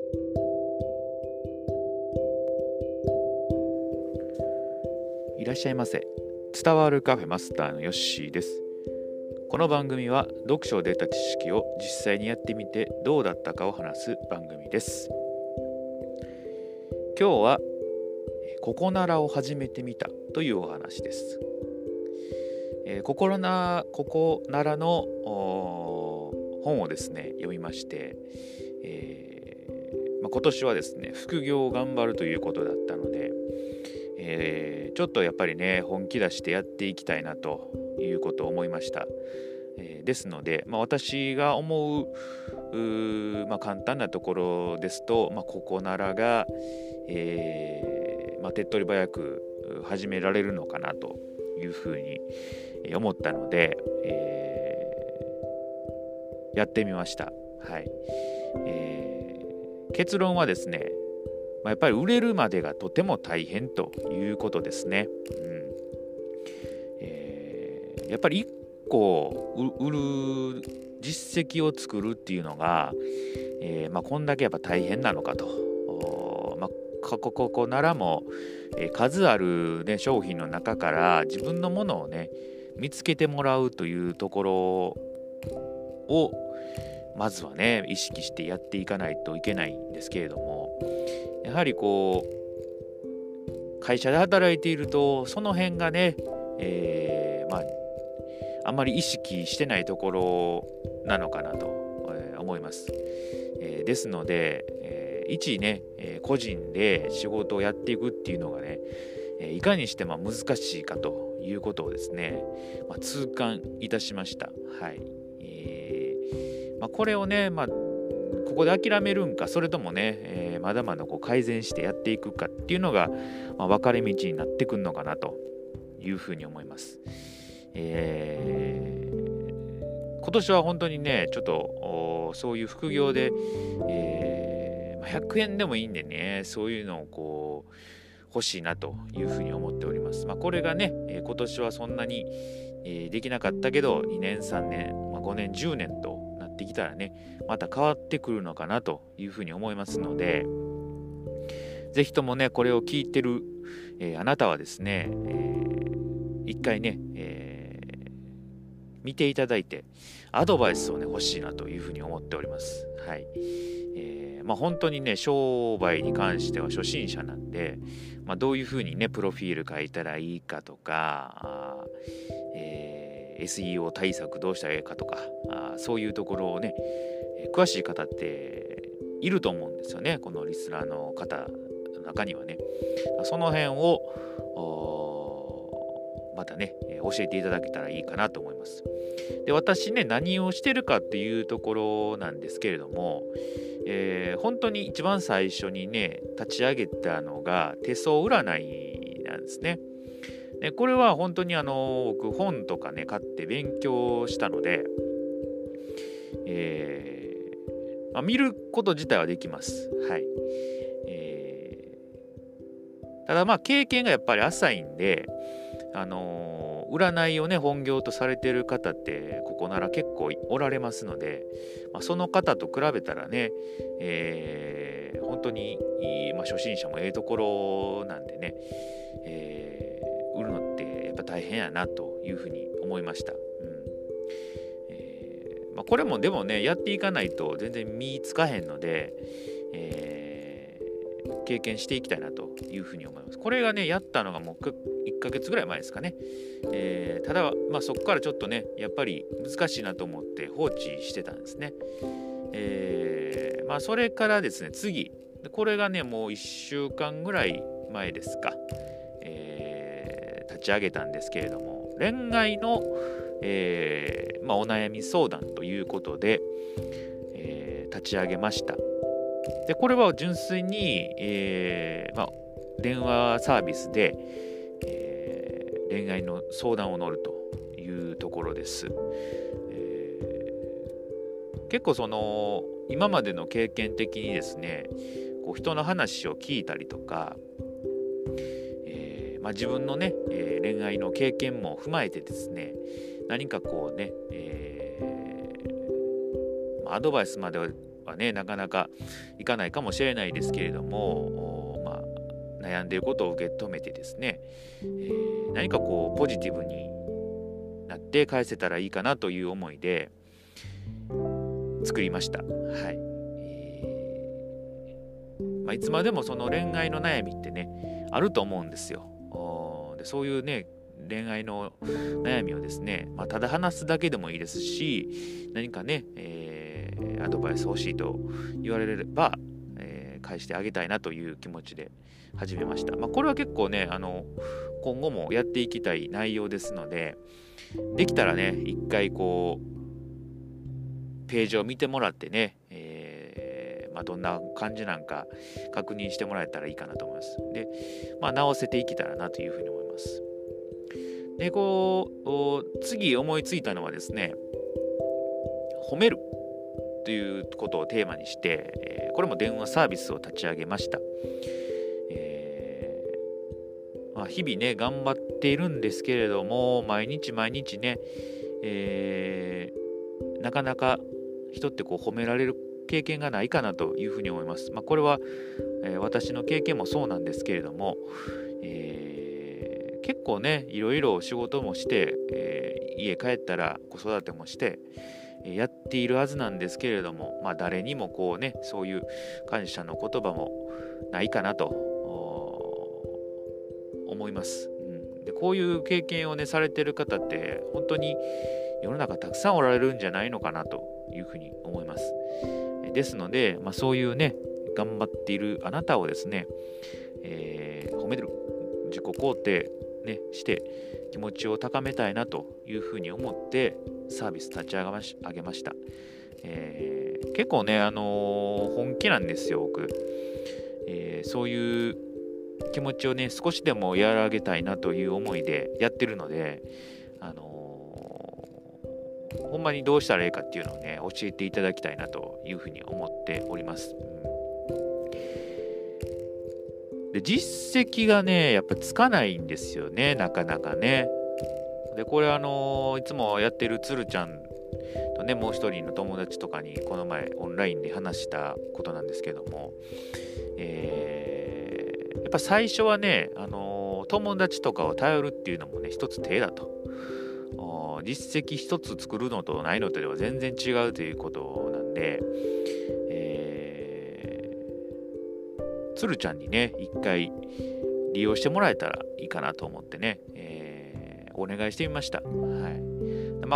いらっしゃいませ。伝わるカフェマスターのヨッシーです。この番組は読書で得た知識を実際にやってみてどうだったかを話す番組です。今日はココナラを始めてみたというお話です。ココナラの本をですね読みまして、今年はですね副業を頑張るということだったので、ちょっとやっぱりね本気出してやっていきたいなということを思いました。ですので、私が思う簡単なところですと、ココナラが、手っ取り早く始められるのかなというふうに思ったので、やってみました。はい。結論はですね、やっぱり売れるまでがとても大変ということですね。やっぱり1個売る実績を作るっていうのが、こんだけやっぱ大変なのかと。ここならも、数ある、ね、商品の中から自分のものをね見つけてもらうというところをまずはね意識してやっていかないといけないんですけれども、やはり会社で働いているとその辺がね、あんまり意識してないところなのかなと思います。ですので、一ね、個人で仕事をやっていくっていうのがね、いかにしても難しいかということをですね、痛感いたしました。はい。これをね、ここで諦めるんか、それともね、まだまだ改善してやっていくかっていうのが、分かれ道になってくるのかなというふうに思います。今年は本当にね、ちょっとそういう副業で、100円でもいいんでね、そういうのを欲しいなというふうに思っております。これがね、今年はそんなに、できなかったけど、2年、3年、5年、10年となってきたらね、また変わってくるのかなというふうに思いますので、ぜひともね、これを聞いてる、あなたはですね、一回ね、見ていただいてアドバイスをね欲しいなというふうに思っております。はい。本当にね商売に関しては初心者なんで、どういうふうにねプロフィール書いたらいいかとか、SEO 対策どうしたらいいかとか、そういうところをね、詳しい方っていると思うんですよね。このリスナーの方の中にはね、その辺をまたね教えていただけたらいいかなと思います。で、私ね何をしてるかっていうところなんですけれども、本当に一番最初にね立ち上げたのが手相占いなんですね。でこれは本当に僕本とかね買って勉強したので、見ること自体はできます。はい。ただ経験がやっぱり浅いんで、占いをね本業とされている方ってここなら結構おられますので、その方と比べたらね、本当に、初心者もところなんでね、売るのってやっぱ大変やなというふうに思いました。これもでもねやっていかないと全然身つかへんので、経験していきたいなというふうに思います。これがねやったのがもう1ヶ月ぐらい前ですかね。ただそこからちょっとねやっぱり難しいなと思って放置してたんですね。それからですね次これがねもう1週間ぐらい前ですか、立ち上げたんですけれども、恋愛の、お悩み相談ということで、立ち上げました。でこれは純粋に、電話サービスで、恋愛の相談を乗るというところです。結構今までの経験的にですね人の話を聞いたりとか、自分のね、恋愛の経験も踏まえてですね何かアドバイスまでははねなかなかいかないかもしれないですけれども、悩んでいることを受け止めてですね、何かこうポジティブになって返せたらいいかなという思いで作りました。はい。いつまでもその恋愛の悩みってねあると思うんですよ。でそういうね恋愛の悩みをですね、ただ話すだけでもいいですし、何かね、アドバイス欲しいと言われれば、返してあげたいなという気持ちで始めました。これは結構ね今後もやっていきたい内容ですので、できたらね一回こうページを見てもらってね、どんな感じなんか確認してもらえたらいいかなと思います。で、直せていけたらなというふうに思います。で、次思いついたのはですね、褒めるということをテーマにして、これも電話サービスを立ち上げました。日々ね頑張っているんですけれども、毎日ね、なかなか人ってこう褒められる経験がないかなというふうに思います。これは、私の経験もそうなんですけれども、結構ねいろいろ仕事もして、家帰ったら子育てもしてやっているはずなんですけれども、誰にもこうねそういう感謝の言葉もないかなと思います。でこういう経験をねされている方って本当に世の中たくさんおられるんじゃないのかなというふうに思います。ですので、そういうね頑張っているあなたをですね、褒める、自己肯定、ね、して気持ちを高めたいなというふうに思ってサービス立ち上げました。結構ね、本気なんですよ僕。そういう気持ちをね少しでも和らげたいなという思いでやってるので、ほんまにどうしたらいいかっていうのをね教えていただきたいなというふうに思っております。で実績がねやっぱつかないんですよね、なかなかね。でこれいつもやってるつるちゃんとねもう一人の友達とかにこの前オンラインで話したことなんですけども、やっぱ最初はね、友達とかを頼るっていうのもね一つ手だと。実績一つ作るのとないのとでは全然違うということなんで、つるちゃんにね一回利用してもらえたらいいかなと思ってね、お願いしてみました。はい。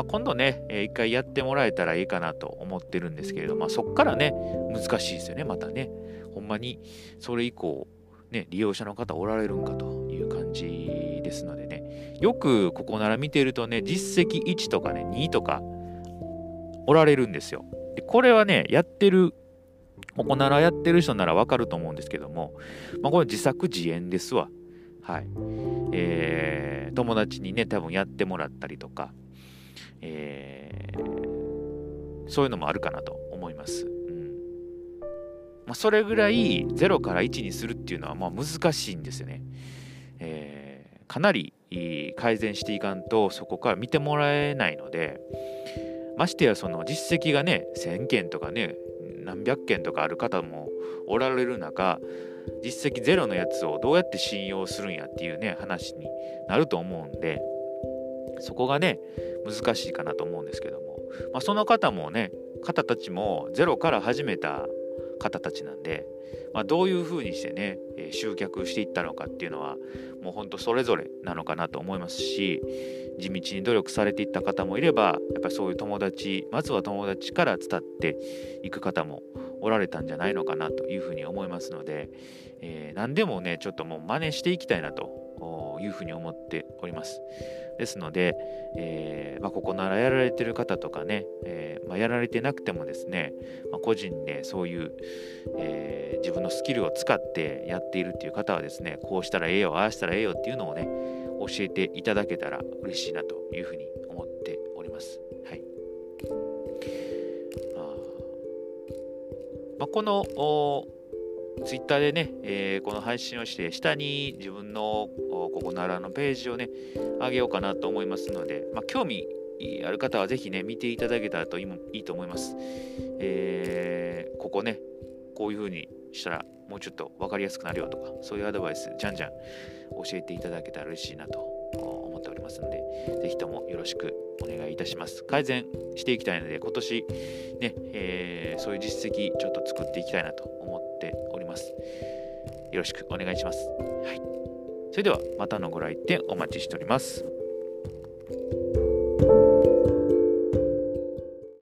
今度ね一回やってもらえたらいいかなと思ってるんですけれど、そっからね難しいですよね。またねほんまにそれ以降ね利用者の方おられるんかという感じですのでね、よくここなら見てるとね実績1とかね2とかおられるんですよ。でこれはねここならやってる人ならわかると思うんですけども、これ自作自演ですわ。はい。友達にね多分やってもらったりとか、そういうのもあるかなと思います。それぐらい0から1にするっていうのは難しいんですよね。かなり改善していかんとそこから見てもらえないので、ましてやその実績がね1000件とかね何百件とかある方もおられる中、実績ゼロのやつをどうやって信用するんやっていうね話になると思うんで、そこがね難しいかなと思うんですけども、その方たちもゼロから始めた方たちなんで、どういうふうにしてね集客していったのかっていうのはもう本当それぞれなのかなと思いますし、地道に努力されていった方もいれば、やっぱりそういうまずは友達から伝っていく方もおられたんじゃないのかなというふうに思いますので、何でもねちょっともう真似していきたいなというふうに思っております。ですので、ここならやられてる方とかね、やられてなくてもですね、個人でそういう、自分のスキルを使ってやっているっていう方はですね、こうしたらええよああしたらええよっていうのをね教えていただけたら嬉しいなというふうに思っております。はい。このツイッターでね、この配信をして下に自分のここならのページをね上げようかなと思いますので、興味ある方はぜひね見ていただけたらといいと思います。ここねこういう風にしたらもうちょっと分かりやすくなるよとか、そういうアドバイスじゃんじゃん教えていただけたら嬉しいなと思っておりますので、ぜひともよろしくお願いいたします。改善していきたいので今年ね、そういう実績ちょっと作っていきたいなと思っております。よろしくお願いします。はい。それではまたのご来店お待ちしております。